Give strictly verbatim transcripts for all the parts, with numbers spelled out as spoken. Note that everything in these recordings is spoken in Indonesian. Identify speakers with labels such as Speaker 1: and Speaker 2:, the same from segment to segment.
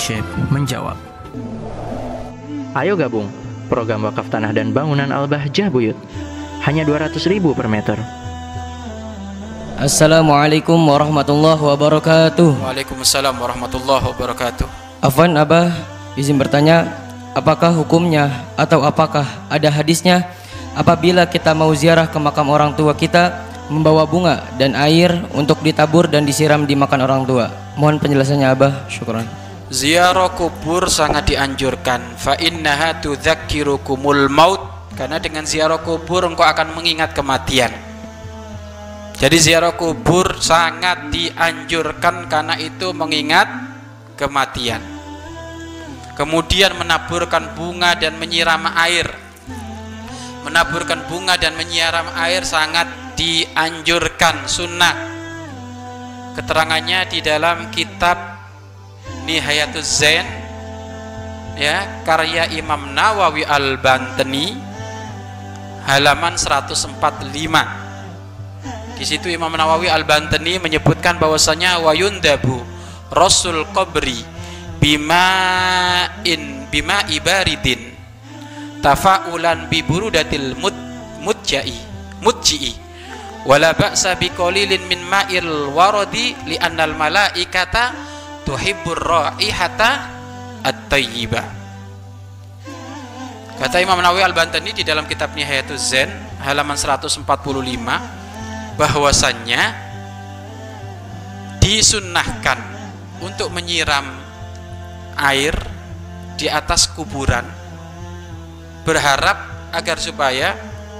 Speaker 1: Syekh menjawab. Ayo gabung program wakaf tanah dan bangunan Al-Bahjah Buyut. Hanya dua ratus ribu per meter.
Speaker 2: Assalamualaikum warahmatullahi wabarakatuh.
Speaker 3: Waalaikumsalam warahmatullahi wabarakatuh.
Speaker 2: Afwan Abah, izin bertanya, apakah hukumnya atau apakah ada hadisnya apabila kita mau ziarah ke makam orang tua kita membawa bunga dan air untuk ditabur dan disiram di makan orang tua? Mohon penjelasannya Abah, syukran.
Speaker 3: Ziarah kubur sangat dianjurkan. Fa innaha tudzakirukumul maut, karena dengan ziarah kubur engkau akan mengingat kematian. Jadi ziarah kubur sangat dianjurkan karena itu mengingat kematian. Kemudian menaburkan bunga dan menyiram air. Menaburkan bunga dan menyiram air sangat dianjurkan, sunnah. Keterangannya di dalam kitab Nihayatuz Zain, ya, karya Imam Nawawi Al-Bantani, halaman seratus empat puluh lima. Di situ Imam Nawawi Al-Bantani menyebutkan bahwasanya wa yundabu rasul qabri bima in bima ibaridin tafaulan bi burudatil mud mudjai mudji'i wala ba'sa bi qalilin min ma'il waradi li annal malaikata tuhibbur raihata at-tayyibah. Kata Imam Nawawi Al-Bantani di dalam kitab Nihayatuz Zain halaman seratus empat puluh lima, bahwasannya disunnahkan untuk menyiram air di atas kuburan, berharap agar supaya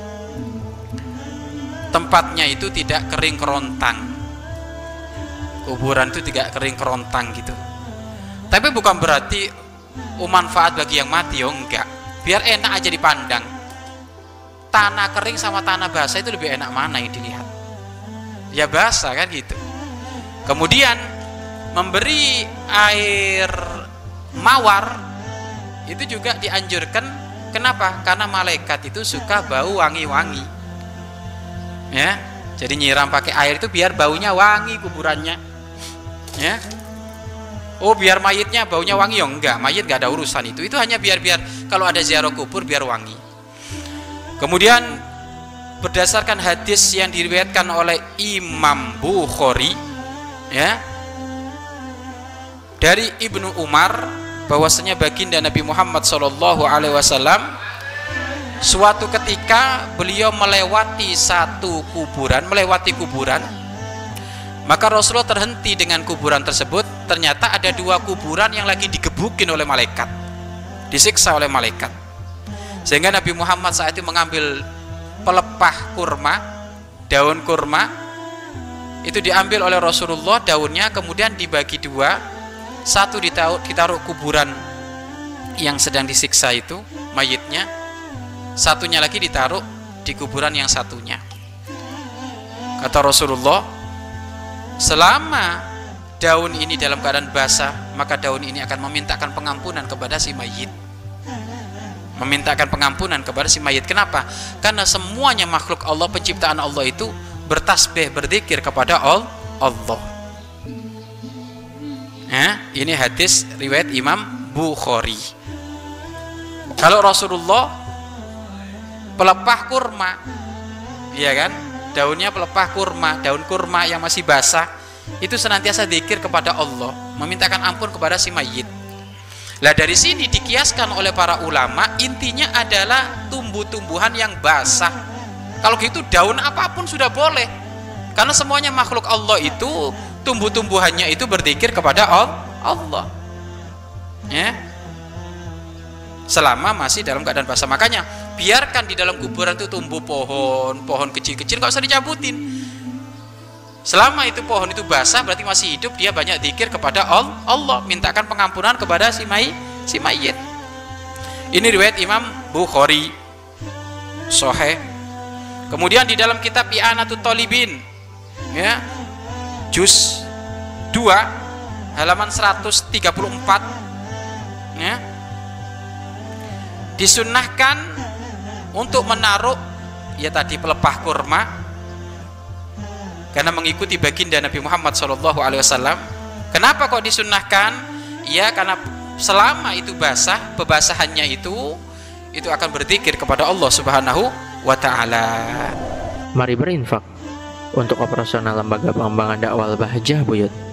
Speaker 3: tempatnya itu tidak kering kerontang, kuburan itu tidak kering kerontang gitu. Tapi bukan berarti oh, manfaat bagi yang mati, oh enggak, biar enak aja dipandang. Tanah kering sama tanah basah itu lebih enak mana yang dilihat? Ya basah kan gitu. Kemudian memberi air mawar itu juga dianjurkan. Kenapa? Karena malaikat itu suka bau wangi-wangi, ya. Jadi nyiram pakai air itu biar baunya wangi kuburannya, ya. Oh biar mayitnya baunya wangi, ya enggak, mayit enggak ada urusan itu. Itu hanya biar-biar kalau ada ziarah kubur biar wangi. Kemudian berdasarkan hadis yang diriwayatkan oleh Imam Bukhari, ya, dari Ibnu Umar, bahwasanya baginda Nabi Muhammad shallallahu alaihi wasallam suatu ketika beliau melewati satu kuburan, melewati kuburan, maka Rasulullah terhenti dengan kuburan tersebut. Ternyata ada dua kuburan yang lagi digebukin oleh malaikat, disiksa oleh malaikat, sehingga Nabi Muhammad saat itu mengambil pelepah kurma, daun kurma itu diambil oleh Rasulullah daunnya, kemudian dibagi dua, satu ditaruh, ditaruh kuburan yang sedang disiksa itu mayitnya, satunya lagi ditaruh di kuburan yang satunya. Kata Rasulullah, selama daun ini dalam keadaan basah, maka daun ini akan memintakan pengampunan kepada si mayit, memintakan pengampunan kepada si mayit. Kenapa? Karena semuanya makhluk Allah, penciptaan Allah itu bertasbih, berzikir kepada Allah. Ya, ini hadis riwayat Imam Bukhari. Kalau Rasulullah pelepah kurma, iya kan? Daunnya pelepah kurma, daun kurma yang masih basah, itu senantiasa zikir kepada Allah, memintakan ampun kepada si mayit. Lah dari sini dikiaskan oleh para ulama, intinya adalah tumbuh-tumbuhan yang basah. Kalau gitu daun apapun sudah boleh, karena semuanya makhluk Allah itu tumbuh-tumbuhannya itu berzikir kepada Allah, ya, selama masih dalam keadaan basah. Makanya biarkan di dalam kuburan itu tumbuh pohon, pohon kecil-kecil, nggak usah dicabutin. Selama itu pohon itu basah, berarti masih hidup, dia banyak zikir kepada Allah, mintakan pengampunan kepada si mayit, si mayit. Ini riwayat Imam Bukhari, sahih. Kemudian di dalam kitab I'anatut Thalibin, ya, juz dua halaman seratus tiga puluh empat, ya, disunnahkan untuk menaruh, ya tadi pelepah kurma, karena mengikuti baginda Nabi Muhammad shallallahu alaihi wasallam. Kenapa kok disunnahkan? Ya, karena selama itu basah, bebasahannya itu itu akan berzikir kepada Allah Subhanahu wa taala.
Speaker 1: Mari berinfak untuk operasional lembaga pengembangan dakwah Al-Bahjah Buyut.